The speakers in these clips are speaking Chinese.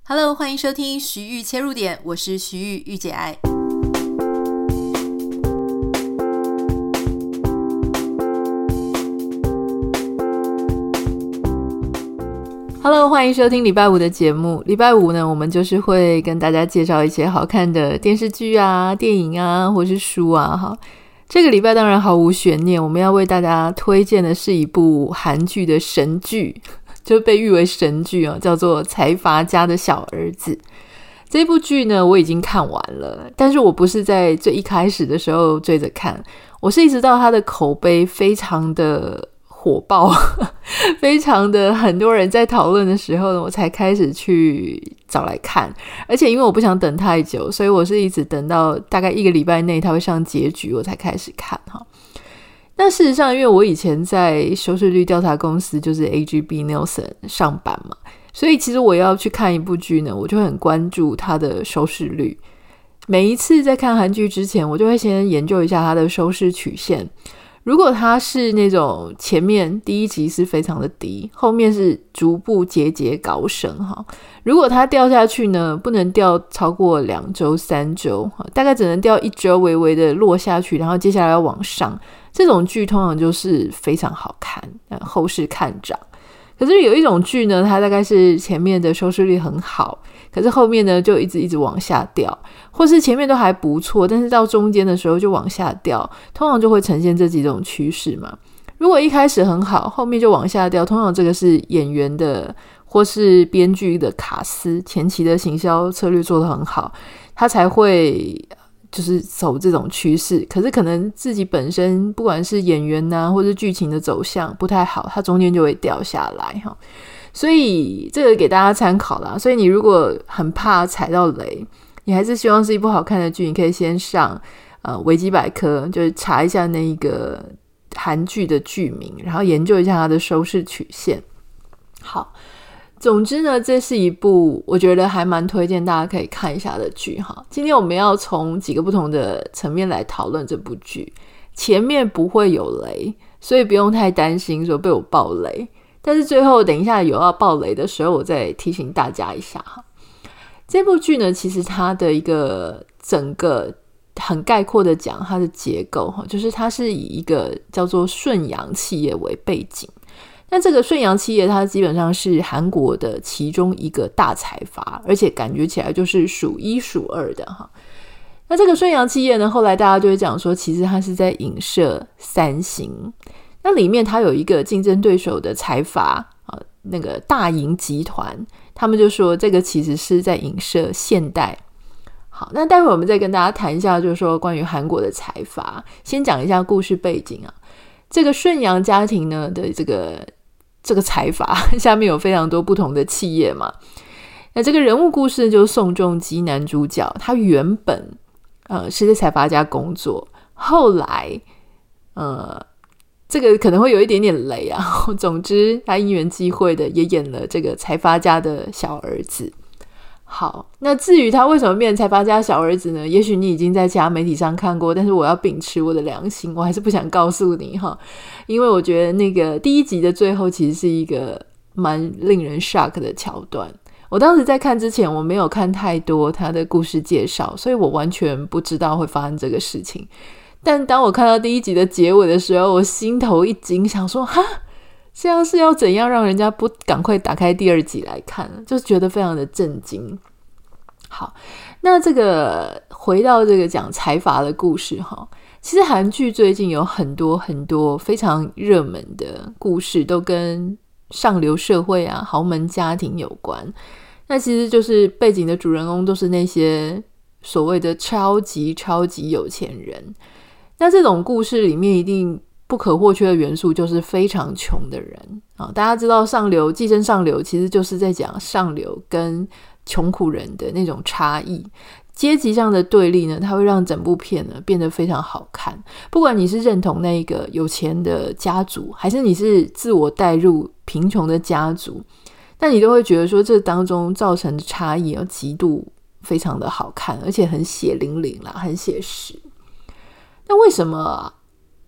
Hello， 欢迎收听徐玉切入点，我是徐玉玉姐爱。Hello， 欢迎收听礼拜五的节目。礼拜五呢，我们就是会跟大家介绍一些好看的电视剧啊、电影啊，或是书啊。哈，这个礼拜当然毫无悬念，我们要为大家推荐的是一部韩剧的神剧，就被誉为神剧哦，叫做《财阀家的小儿子》。这部剧呢，我已经看完了，但是我不是在最一开始的时候追着看，我是一直到它的口碑非常的火爆非常的很多人在讨论的时候呢，我才开始去找来看。而且因为我不想等太久，所以我是一直等到大概1个礼拜内它会上结局我才开始看哈。那事实上因为我以前在收视率调查公司就是 AGB Nielsen 上班嘛，所以其实我要去看一部剧呢，我就会很关注它的收视率。每一次在看韩剧之前，我就会先研究一下它的收视曲线。如果它是那种前面第一集是非常的低，后面是逐步节节高升哈。如果它掉下去呢，不能掉超过2周3周，大概只能掉1周微微的落下去，然后接下来要往上，这种剧通常就是非常好看，后市看涨。可是有一种剧呢，它大概是前面的收视率很好，可是后面呢就一直往下掉，或是前面都还不错，但是到中间的时候就往下掉，通常就会呈现这几种趋势嘛。如果一开始很好，后面就往下掉，通常这个是演员的或是编剧的卡司前期的行销策略做得很好，他才会就是走这种趋势。可是可能自己本身不管是演员啊或是剧情的走向不太好，它中间就会掉下来哈。所以这个给大家参考啦。所以你如果很怕踩到雷，你还是希望是一部好看的剧，你可以先上维基百科，就是查一下那一个韩剧的剧名，然后研究一下它的收视曲线。好，总之呢，这是一部我觉得还蛮推荐大家可以看一下的剧哈。今天我们要从几个不同的层面来讨论这部剧，前面不会有雷，所以不用太担心说被我爆雷，但是最后等一下有要爆雷的时候，我再提醒大家一下哈。这部剧呢，其实它的一个整个很概括的讲它的结构，就是它是以一个叫做顺阳企业为背景。那这个顺阳企业它基本上是韩国的其中一个大财阀，而且感觉起来就是数1数2的哈。那这个顺阳企业呢，后来大家就会讲说其实它是在影射三星。那里面它有一个竞争对手的财阀那个大银集团，他们就说这个其实是在影射现代。好，那待会我们再跟大家谈一下就是说关于韩国的财阀。先讲一下故事背景啊。这个顺阳家庭呢的这个财阀下面有非常多不同的企业嘛。那这个人物故事就是宋仲基男主角，他原本是在财阀家工作，后来这个可能会有一点点雷啊。总之他因缘际会的也演了这个财阀家的小儿子。好，那至于他为什么变成财阀家小儿子呢？也许你已经在其他媒体上看过，但是我要秉持我的良心，我还是不想告诉你哈。因为我觉得那个第1集的最后其实是一个蛮令人 shock 的桥段。我当时在看之前我没有看太多他的故事介绍，所以我完全不知道会发生这个事情。但当我看到第1集的结尾的时候，我心头一惊，想说哈，这样是要怎样让人家不赶快打开第2集来看，就觉得非常的震惊。好，那这个回到这个讲财阀的故事哈，其实韩剧最近有很多很多非常热门的故事都跟上流社会啊、豪门家庭有关。那其实就是背景的主人公都是那些所谓的超级超级有钱人。那这种故事里面一定不可或缺的元素就是非常穷的人啊。大家知道上流寄生上流其实就是在讲上流跟穷苦人的那种差异，阶级上的对立呢，它会让整部片呢变得非常好看。不管你是认同那个有钱的家族，还是你是自我带入贫穷的家族，那你都会觉得说这当中造成的差异极度非常的好看，而且很血淋淋啦，很写实。那为什么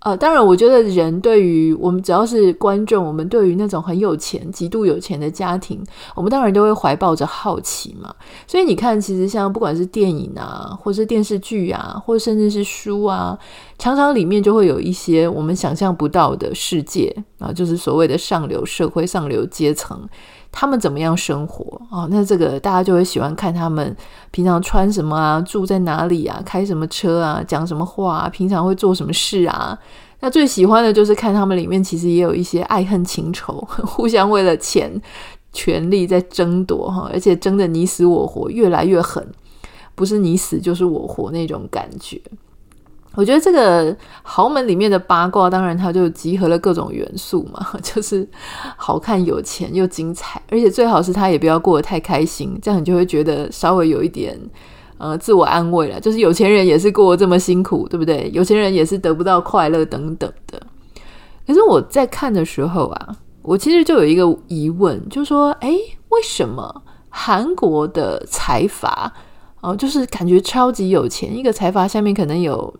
当然我觉得人对于我们只要是观众，我们对于那种很有钱极度有钱的家庭，我们当然都会怀抱着好奇嘛。所以你看其实像不管是电影啊或是电视剧啊或甚至是书啊，常常里面就会有一些我们想象不到的世界啊，就是所谓的上流社会上流阶层他们怎么样生活那这个大家就会喜欢看他们平常穿什么啊，住在哪里啊，开什么车啊，讲什么话啊，平常会做什么事啊。那最喜欢的就是看他们里面其实也有一些爱恨情仇，互相为了钱权力在争夺而且争得你死我活，越来越狠，不是你死就是我活那种感觉。我觉得这个豪门里面的八卦当然它就集合了各种元素嘛，就是好看有钱又精彩，而且最好是他也不要过得太开心，这样你就会觉得稍微有一点自我安慰了，就是有钱人也是过得这么辛苦，对不对？有钱人也是得不到快乐等等的。可是我在看的时候啊，我其实就有一个疑问，就是说为什么韩国的财阀就是感觉超级有钱，一个财阀下面可能有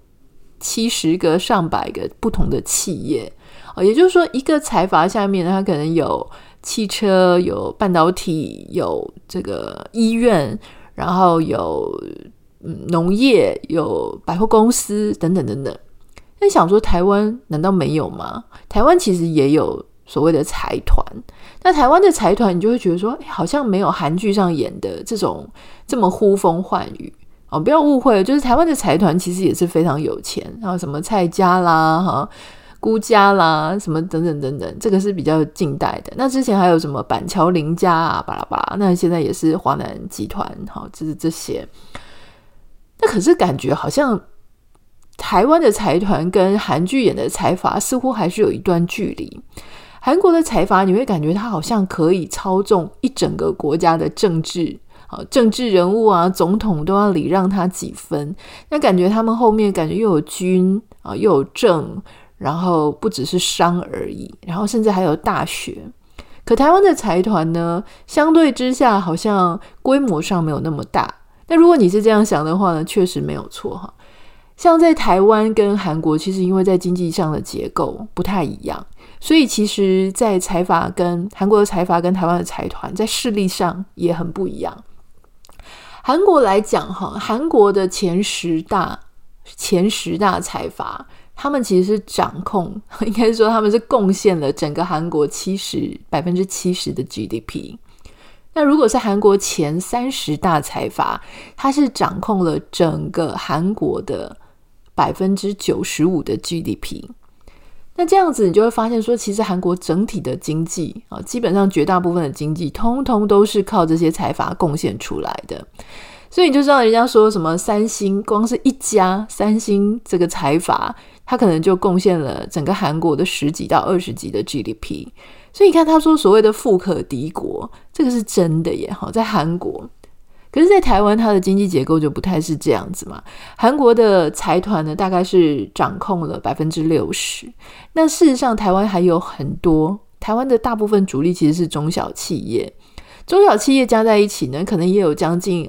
70个上百个不同的企业也就是说一个财阀下面它可能有汽车，有半导体，有这个医院，然后有农业，有百货公司等等等等。那想说台湾难道没有吗？台湾其实也有所谓的财团，那台湾的财团你就会觉得说好像没有韩剧上演的这种这么呼风唤雨不要误会，就是台湾的财团其实也是非常有钱，然后什么蔡家啦辜家啦什么等等等等，这个是比较近代的。那之前还有什么板桥林家啊巴拉巴拉，那现在也是华南集团就是这些。那可是感觉好像台湾的财团跟韩剧演的财阀似乎还是有一段距离。韩国的财阀你会感觉他好像可以操纵一整个国家的政治人物啊，总统都要礼让他几分，那感觉他们后面感觉又有军又有政，然后不只是商而已，然后甚至还有大学。可台湾的财团呢，相对之下好像规模上没有那么大。那如果你是这样想的话呢，确实没有错像在台湾跟韩国其实因为在经济上的结构不太一样，所以其实在财阀跟韩国的财阀跟台湾的财团在势力上也很不一样。韩国来讲韩国的前十大财阀，他们其实是掌控，应该说他们是贡献了整个韩国70% 的 GDP。 那如果是韩国前30大财阀，它是掌控了整个韩国的 95% 的 GDP。 那这样子你就会发现说，其实韩国整体的经济基本上绝大部分的经济通通都是靠这些财阀贡献出来的。所以你就知道人家说什么三星，光是一家三星这个财阀，它可能就贡献了整个韩国的10几到20几的 GDP。 所以你看他说所谓的富可敌国，这个是真的耶在韩国。可是在台湾它的经济结构就不太是这样子嘛。韩国的财团呢大概是掌控了 60%， 那事实上台湾还有很多，台湾的大部分主力其实是中小企业，中小企业加在一起呢可能也有将近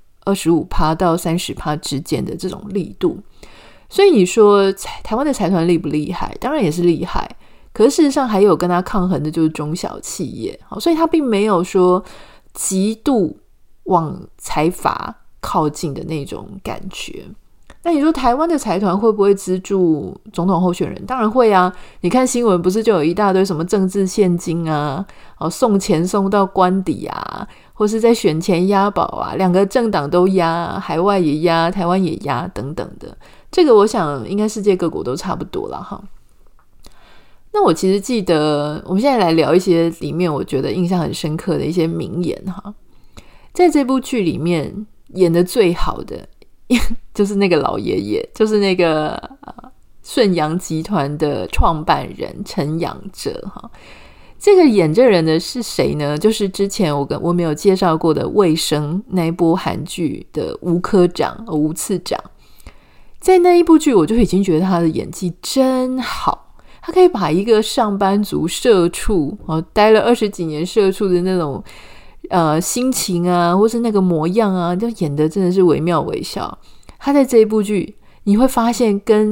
25% 到30% 之间的这种力度。所以你说台湾的财团厉不厉害？当然也是厉害，可是事实上还有跟它抗衡的就是中小企业，所以它并没有说极度往财阀靠近的那种感觉。那你说台湾的财团会不会资助总统候选人？当然会啊，你看新闻不是就有一大堆什么政治现金啊，送钱送到官邸啊，或是在选前押宝啊，两个政党都押，海外也押，台湾也押等等的。这个我想应该世界各国都差不多啦哈。那我其实记得，我们现在来聊一些里面我觉得印象很深刻的一些名言哈。在这部剧里面演得最好的就是那个老爷爷，就是那个顺阳集团的创办人陈阳哲哈。这个演这人的是谁呢？就是之前我们有介绍过的卫生那一部韩剧的吴科长吴次长。在那一部剧我就已经觉得他的演技真好，他可以把一个上班族社畜待了20几年社畜的那种心情啊，或是那个模样啊，就演得真的是惟妙惟肖。他在这一部剧你会发现跟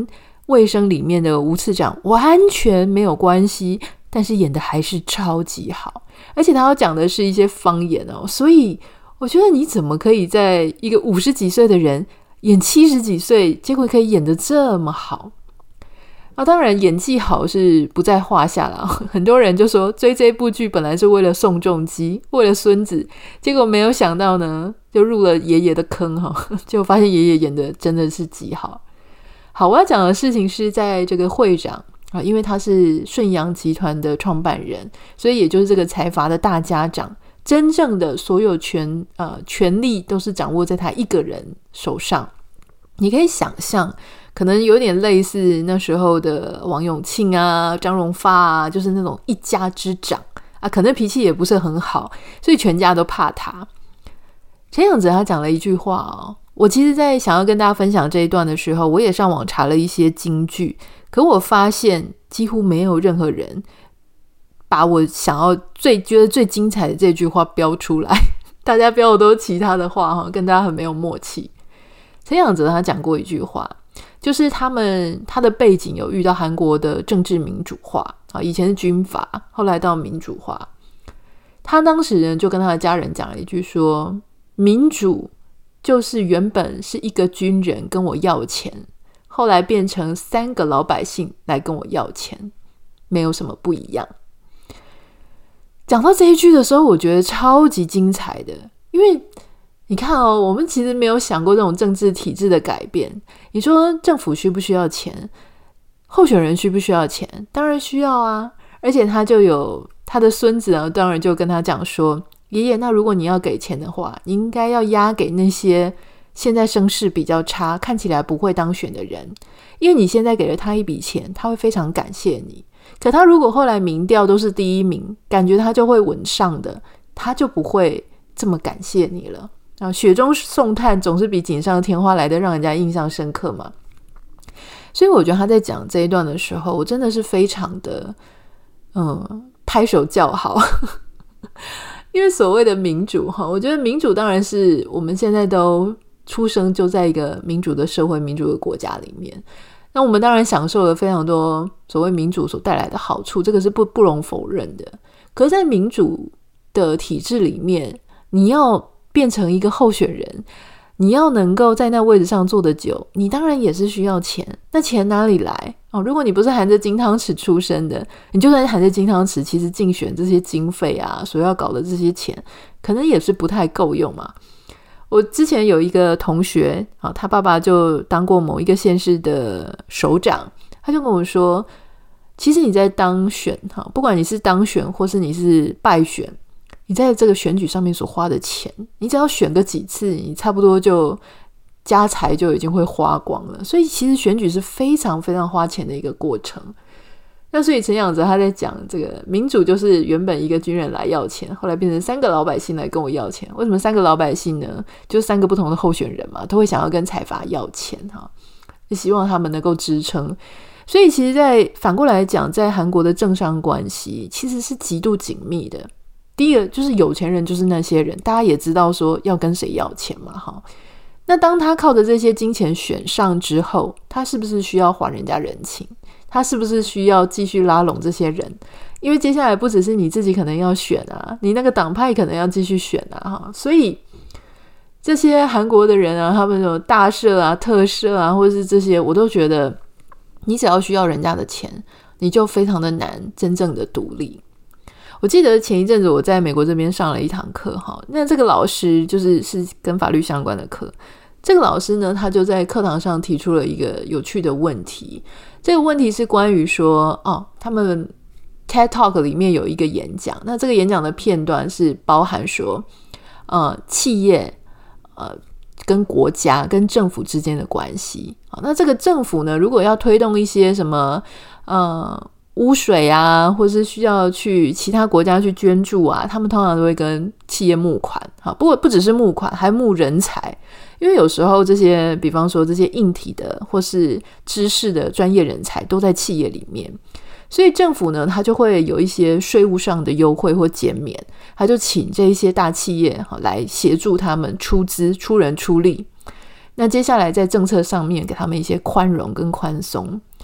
卫生里面的吴次长完全没有关系，但是演的还是超级好，而且他要讲的是一些方言哦，所以我觉得你怎么可以在一个50几岁的人演70几岁，结果可以演得这么好当然演技好是不在话下啦，很多人就说追这部剧本来是为了宋仲基，为了孙子，结果没有想到呢就入了爷爷的坑结果发现爷爷演的真的是极好。好，我要讲的事情是在这个会长因为他是顺阳集团的创办人，所以也就是这个财阀的大家长，真正的所有权力都是掌握在他一个人手上。你可以想象可能有点类似那时候的王永庆张荣发就是那种一家之长可能脾气也不是很好，所以全家都怕他。陈养哲他讲了一句话我其实在想要跟大家分享这一段的时候，我也上网查了一些金句，可我发现几乎没有任何人把我想要觉得最精彩的这句话标出来，大家标的都是其他的话跟大家很没有默契。陈养哲他讲过一句话，就是他的背景有遇到韩国的政治民主化以前是军阀，后来到民主化。他当时呢就跟他的家人讲了一句说，民主就是原本是一个军人跟我要钱，后来变成3个老百姓来跟我要钱，没有什么不一样。讲到这一句的时候，我觉得超级精彩的，因为你看我们其实没有想过这种政治体制的改变。你说政府需不需要钱？候选人需不需要钱？当然需要啊。而且他就有他的孙子当然就跟他讲说，爷爷，那如果你要给钱的话，你应该要压给那些现在声势比较差，看起来不会当选的人，因为你现在给了他一笔钱，他会非常感谢你。可他如果后来民调都是第1名，感觉他就会稳上的，他就不会这么感谢你了。雪中送炭总是比锦上添花来的让人家印象深刻嘛。所以我觉得他在讲这一段的时候，我真的是非常的拍手叫好因为所谓的民主我觉得民主当然是我们现在都出生就在一个民主的社会、民主的国家里面，那我们当然享受了非常多所谓民主所带来的好处，这个是不容否认的。可是在民主的体制里面，你要变成一个候选人，你要能够在那位置上坐得久，你当然也是需要钱。那钱哪里来如果你不是含着金汤匙出生的，你就算是含着金汤匙，其实竞选这些经费所要搞的这些钱可能也是不太够用嘛。我之前有一个同学他爸爸就当过某一个县市的首长，他就跟我说，其实你在当选不管你是当选或是你是败选，你在这个选举上面所花的钱，你只要选个几次，你差不多就家财就已经会花光了。所以其实选举是非常非常花钱的一个过程。那所以陈养哲他在讲这个民主就是原本一个军人来要钱，后来变成3个老百姓来跟我要钱。为什么3个老百姓呢？就是3个不同的候选人嘛，都会想要跟财阀要钱希望他们能够支撑。所以其实在反过来讲，在韩国的政商关系其实是极度紧密的。第一个就是有钱人就是那些人，大家也知道说要跟谁要钱嘛那当他靠着这些金钱选上之后，他是不是需要还人家人情？他是不是需要继续拉拢这些人？因为接下来不只是你自己可能要选你那个党派可能要继续选所以这些韩国的人他们有大社特社或者是这些，我都觉得你只要需要人家的钱，你就非常的难真正的独立。我记得前一阵子我在美国这边上了一堂课那这个老师是跟法律相关的课。这个老师呢，他就在课堂上提出了一个有趣的问题。这个问题是关于说他们 TED Talk 里面有一个演讲，那这个演讲的片段是包含说企业跟国家跟政府之间的关系。那这个政府呢，如果要推动一些什么污水或是需要去其他国家去捐助他们通常都会跟企业募款不过不只是募款，还募人才。因为有时候这些比方说这些硬体的或是知识的专业人才都在企业里面，所以政府呢，它就会有一些税务上的优惠或减免，它就请这一些大企业来协助他们出资出人出力。那接下来在政策上面给他们一些宽容跟宽松。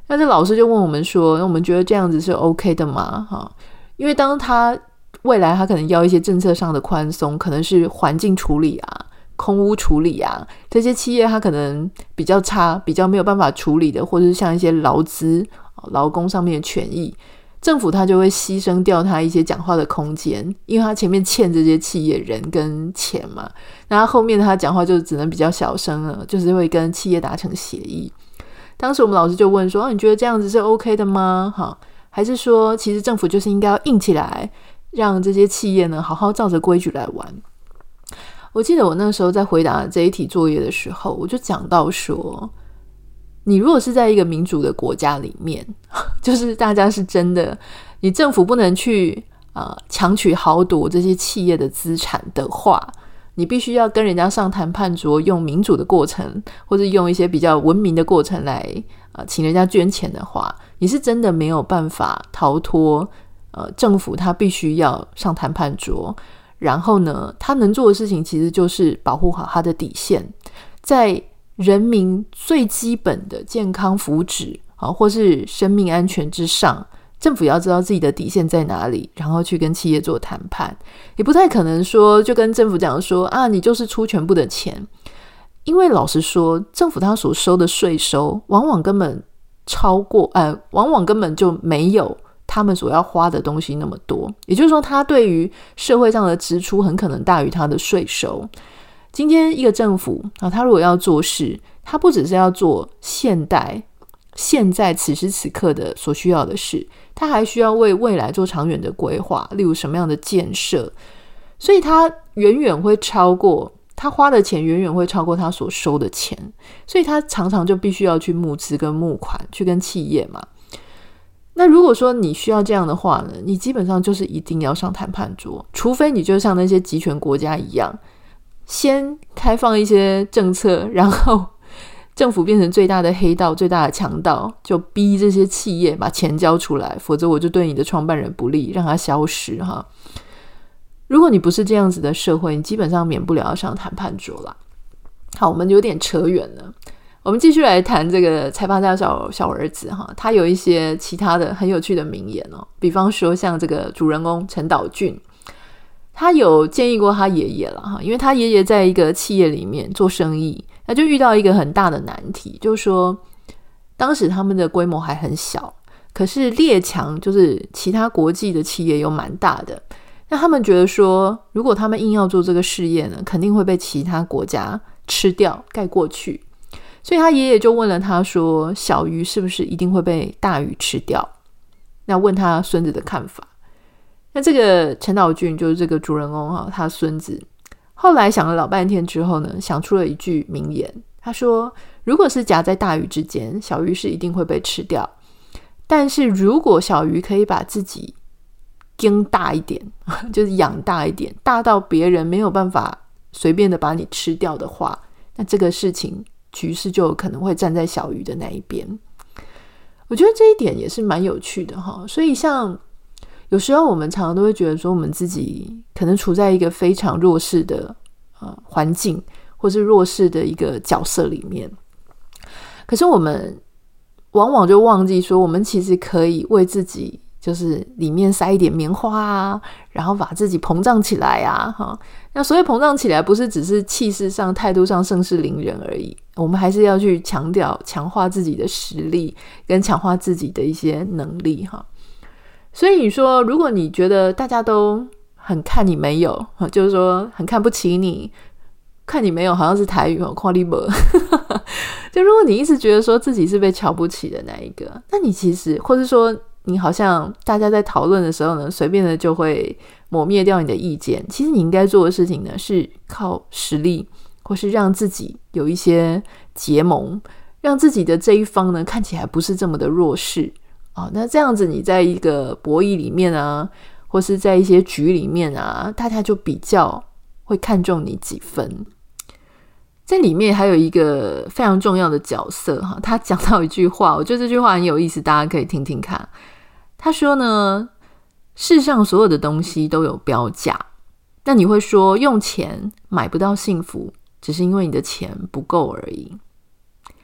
那这老师就问我们说，那我们觉得这样子是 OK 的吗？因为当他未来他可能要一些政策上的宽松，可能是环境处理啊、空污处理啊，这些企业他可能比较差，比较没有办法处理的，或者是像一些劳资、劳工上面的权益，政府他就会牺牲掉他一些讲话的空间，因为他前面欠这些企业人跟钱嘛，那他后面他讲话就只能比较小声了，就是会跟企业达成协议。当时我们老师就问说，你觉得这样子是 OK 的吗？还是说其实政府就是应该要硬起来，让这些企业呢好好照着规矩来玩？我记得我那时候在回答这一题作业的时候，我就讲到说，你如果是在一个民主的国家里面，就是大家是真的，你政府不能去强取豪夺这些企业的资产的话，你必须要跟人家上谈判桌，用民主的过程，或者用一些比较文明的过程来请人家捐钱的话，你是真的没有办法逃脱政府他必须要上谈判桌。然后呢，他能做的事情其实就是保护好他的底线，在人民最基本的健康福祉或是生命安全之上，政府要知道自己的底线在哪里，然后去跟企业做谈判。也不太可能说就跟政府讲说你就是出全部的钱，因为老实说，政府他所收的税收往往根本往往根本就没有他们所要花的东西那么多，也就是说他对于社会上的支出很可能大于他的税收。今天一个政府他如果要做事，他不只是要做现在此时此刻的所需要的事，他还需要为未来做长远的规划，例如什么样的建设，所以他远远会超过他花的钱，远远会超过他所收的钱，所以他常常就必须要去募资跟募款，去跟企业嘛。那如果说你需要这样的话呢，你基本上就是一定要上谈判桌，除非你就像那些集权国家一样，先开放一些政策，然后政府变成最大的黑道、最大的强盗，就逼这些企业把钱交出来，否则我就对你的创办人不利，让他消失如果你不是这样子的社会，你基本上免不了要上谈判桌啦。好，我们有点扯远了，我们继续来谈这个财阀家小儿子他有一些其他的很有趣的名言比方说像这个主人公陈岛俊，他有建议过他爷爷了因为他爷爷在一个企业里面做生意，那就遇到一个很大的难题，就是说当时他们的规模还很小，可是列强就是其他国际的企业有蛮大的，那他们觉得说如果他们硬要做这个事业呢，肯定会被其他国家吃掉盖过去，所以他爷爷就问了他说，小鱼是不是一定会被大鱼吃掉？那问他孙子的看法。那这个陈岛俊就是这个主人公他孙子后来想了老半天之后呢，想出了一句名言，他说如果是夹在大鱼之间，小鱼是一定会被吃掉，但是如果小鱼可以把自己养大一点，就是养大一点，大到别人没有办法随便的把你吃掉的话，那这个事情局势就有可能会站在小鱼的那一边。我觉得这一点也是蛮有趣的所以像有时候我们常常都会觉得说我们自己可能处在一个非常弱势的环境，或是弱势的一个角色里面，可是我们往往就忘记说我们其实可以为自己就是里面塞一点棉花然后把自己膨胀起来那所谓膨胀起来不是只是气势上态度上盛世凌人而已，我们还是要去强化自己的实力跟强化自己的一些能力所以你说如果你觉得大家都很看你没有，就是说很看不起你，看你没有好像是台语看你没就如果你一直觉得说自己是被瞧不起的那一个，那你其实或是说你好像大家在讨论的时候呢，随便的就会抹灭掉你的意见，其实你应该做的事情呢是靠实力，或是让自己有一些结盟，让自己的这一方呢看起来不是这么的弱势那这样子你在一个博弈里面或是在一些局里面大家就比较会看重你几分。在里面还有一个非常重要的角色他讲到一句话，我觉得这句话很有意思，大家可以听听看。他说呢，世上所有的东西都有标价，那你会说用钱买不到幸福，只是因为你的钱不够而已。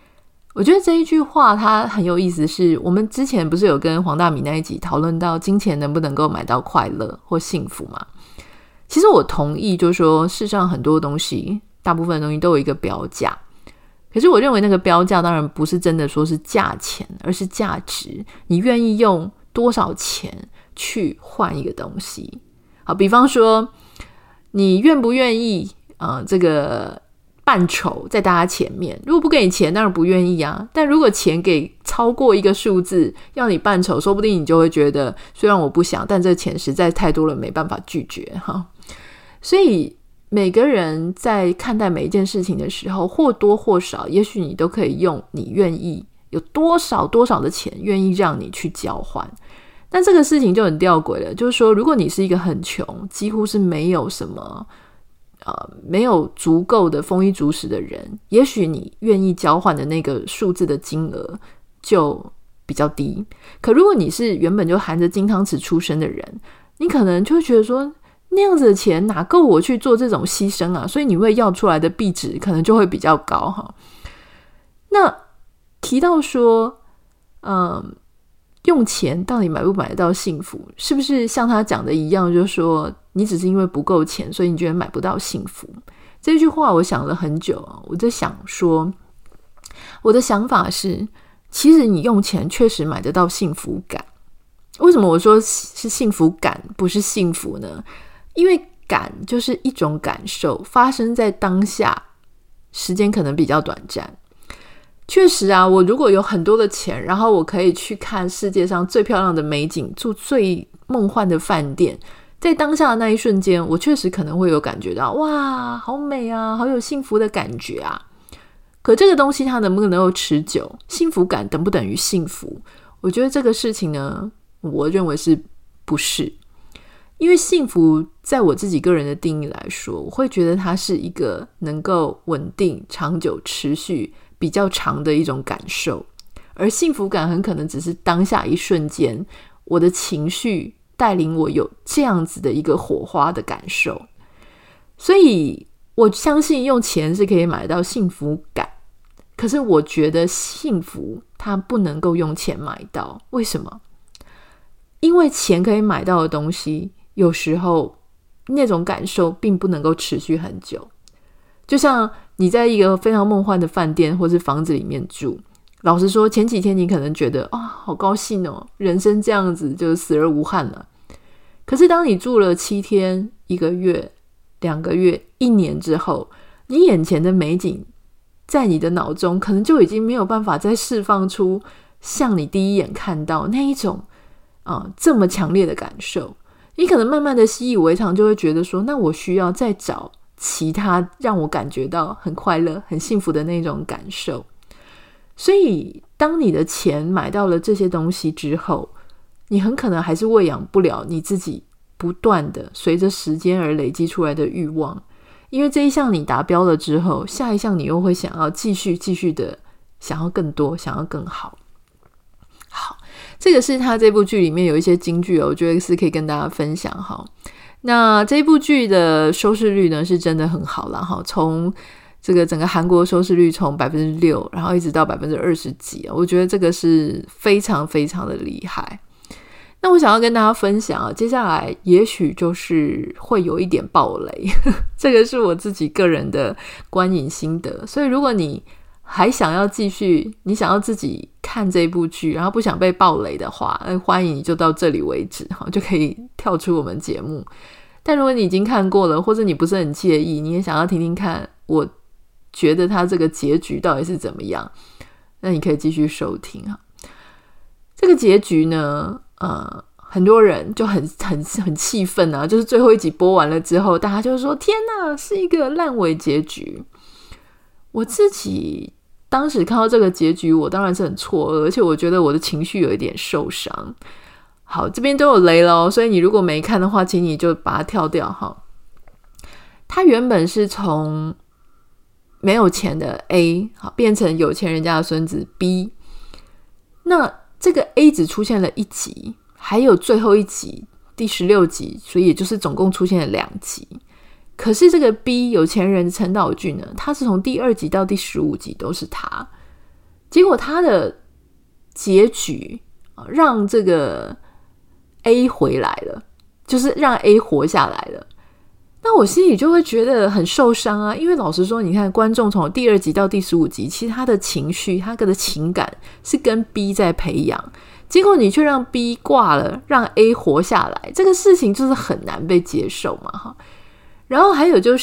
我觉得这一句话它很有意思，是我们之前不是有跟黄大米那一集讨论到金钱能不能够买到快乐或幸福嘛？其实我同意，就是说世上很多东西，大部分的东西都有一个标价，可是我认为那个标价当然不是真的说是价钱，而是价值，你愿意用多少钱去换一个东西。好，比方说你愿不愿意这个扮丑在大家前面，如果不给你钱当然不愿意啊，但如果钱给超过一个数字要你扮丑，说不定你就会觉得虽然我不想，但这钱实在太多了，没办法拒绝哈。所以每个人在看待每一件事情的时候，或多或少也许你都可以用你愿意有多少的钱愿意让你去交换。但这个事情就很吊诡了，就是说如果你是一个很穷，几乎是没有什么没有足够的丰衣足食的人，也许你愿意交换的那个数字的金额就比较低。可如果你是原本就含着金汤匙出生的人，你可能就会觉得说那样子的钱哪够我去做这种牺牲啊，所以你会要出来的币值可能就会比较高哈。那提到说用钱到底买不买得到幸福，是不是像他讲的一样，就是说你只是因为不够钱所以你觉得买不到幸福？这句话我想了很久，我在想说，我的想法是其实你用钱确实买得到幸福感。为什么我说是幸福感不是幸福呢？因为感就是一种感受，发生在当下，时间可能比较短暂。确实啊，我如果有很多的钱，然后我可以去看世界上最漂亮的美景，住最梦幻的饭店，在当下的那一瞬间，我确实可能会有感觉到哇好美啊，好有幸福的感觉啊。可这个东西它能不能够持久，幸福感等不等于幸福，我觉得这个事情呢，我认为是不是。因为幸福在我自己个人的定义来说，我会觉得它是一个能够稳定长久持续比较长的一种感受，而幸福感很可能只是当下一瞬间我的情绪带领我有这样子的一个火花的感受。所以我相信用钱是可以买到幸福感，可是我觉得幸福它不能够用钱买到。为什么？因为钱可以买到的东西有时候那种感受并不能够持续很久。就像你在一个非常梦幻的饭店或是房子里面住，老实说前几天你可能觉得好高兴哦，人生这样子就死而无憾了。可是当你住了7天、1个月、2个月、1年之后，你眼前的美景在你的脑中可能就已经没有办法再释放出像你第一眼看到那一种这么强烈的感受。你可能慢慢的习以为常，就会觉得说那我需要再找其他让我感觉到很快乐很幸福的那种感受。所以当你的钱买到了这些东西之后，你很可能还是喂养不了你自己不断的随着时间而累积出来的欲望，因为这一项你达标了之后，下一项你又会想要继续的想要更多，想要更好。好，这个是他这部剧里面有一些金句我觉得是可以跟大家分享。好，那这部剧的收视率呢是真的很好啦，从这个整个韩国收视率从 6% 然后一直到 20% 几，我觉得这个是非常非常的厉害。那我想要跟大家分享接下来也许就是会有一点爆雷这个是我自己个人的观影心得，所以如果你还想要继续，你想要自己看这部剧，然后不想被爆雷的话，欢迎你就到这里为止，就可以跳出我们节目。但如果你已经看过了，或者你不是很介意，你也想要听听看我觉得它这个结局到底是怎么样，那你可以继续收听。这个结局呢很多人就很气愤啊，就是最后一集播完了之后，大家就说天哪，是一个烂尾结局。我自己当时看到这个结局，我当然是很错愕，而且我觉得我的情绪有一点受伤。好，这边都有雷咯，所以你如果没看的话，请你就把它跳掉哈。他原本是从没有钱的 A 变成有钱人家的孙子 B， 那这个 A 只出现了1集，还有最后一集第16集，所以也就是总共出现了2集。可是这个 B 有钱人陈岛俊呢，他是从第2集到第15集都是他。 结果他的结局让这个 A 回来了，就是让 A 活下来了。那我心里就会觉得很受伤啊，因为老实说，你看观众从第2集到第15集，其实他的情绪、他的情感是跟 B 在培养，结果你却让 B 挂了，让 A 活下来，这个事情就是很难被接受嘛哈。然后还有就是，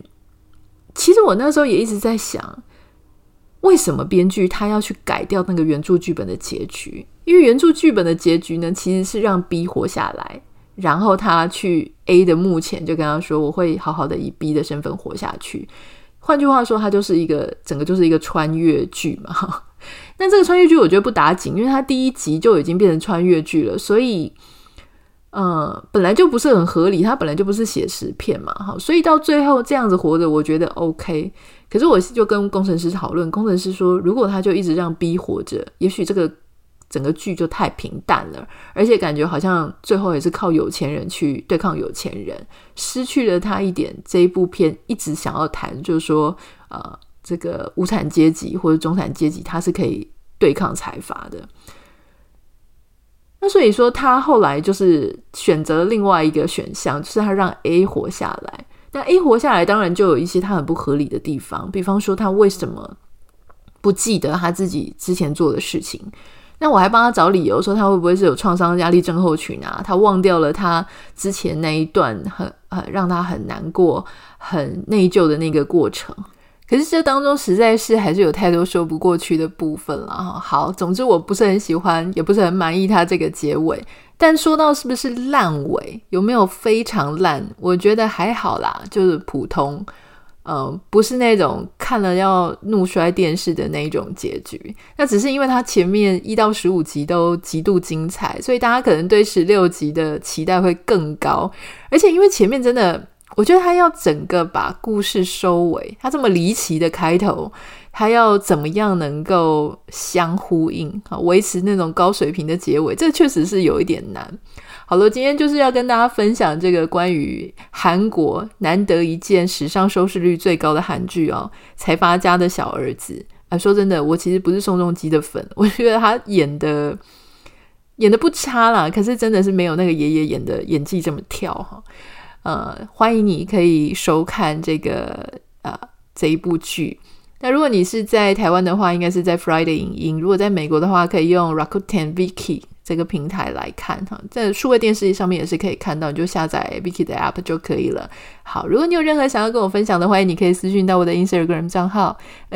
其实我那时候也一直在想，为什么编剧他要去改掉那个原著剧本的结局？因为原著剧本的结局呢，其实是让 B 活下来，然后他去 A 的墓前就跟他说，我会好好的以 B 的身份活下去。换句话说，它就是整个就是一个穿越剧嘛。那这个穿越剧我觉得不打紧，因为它第1集就已经变成穿越剧了，所以本来就不是很合理，它本来就不是写实片嘛，所以到最后这样子活着我觉得 OK。 可是我就跟工程师讨论，工程师说如果他就一直让 B 活着，也许这个整个剧就太平淡了，而且感觉好像最后也是靠有钱人去对抗有钱人，失去了他一点这一部片一直想要谈，就是说这个无产阶级或者中产阶级他是可以对抗财阀的。那所以说他后来就是选择另外一个选项，就是他让 A 活下来。那 A 活下来当然就有一些他很不合理的地方，比方说他为什么不记得他自己之前做的事情，那我还帮他找理由说他会不会是有创伤压力症候群啊，他忘掉了他之前那一段让他很难过很内疚的那个过程。可是这当中实在是还是有太多说不过去的部分了。好，总之我不是很喜欢也不是很满意他这个结尾，但说到是不是烂尾，有没有非常烂，我觉得还好啦，就是普通，不是那种看了要怒摔电视的那种结局。那只是因为他前面1到15集都极度精彩，所以大家可能对16集的期待会更高。而且因为前面真的我觉得他要整个把故事收尾，他这么离奇的开头，他要怎么样能够相呼应，维持那种高水平的结尾，这确实是有一点难。好了，今天就是要跟大家分享这个关于韩国难得一见史上收视率最高的韩剧财阀家的小儿子。说真的，我其实不是宋仲基的粉，我觉得他演的不差啦，可是真的是没有那个爷爷演的演技这么跳欢迎你可以收看这一部剧。那如果你是在台湾的话，应该是在 Friday 影音，如果在美国的话可以用 Rakuten Viki 这个平台来看在数位电视上面也是可以看到，你就下载 Viki 的 app 就可以了。好，如果你有任何想要跟我分享的，欢迎你可以私讯到我的 Instagram 账号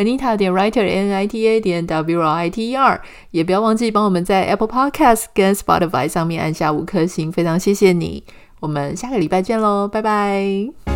Anita.Writer，Anita.Writer， 也不要忘记帮我们在 Apple Podcast 跟 Spotify 上面按下5颗星，非常谢谢你。我们下个礼拜见咯，拜拜。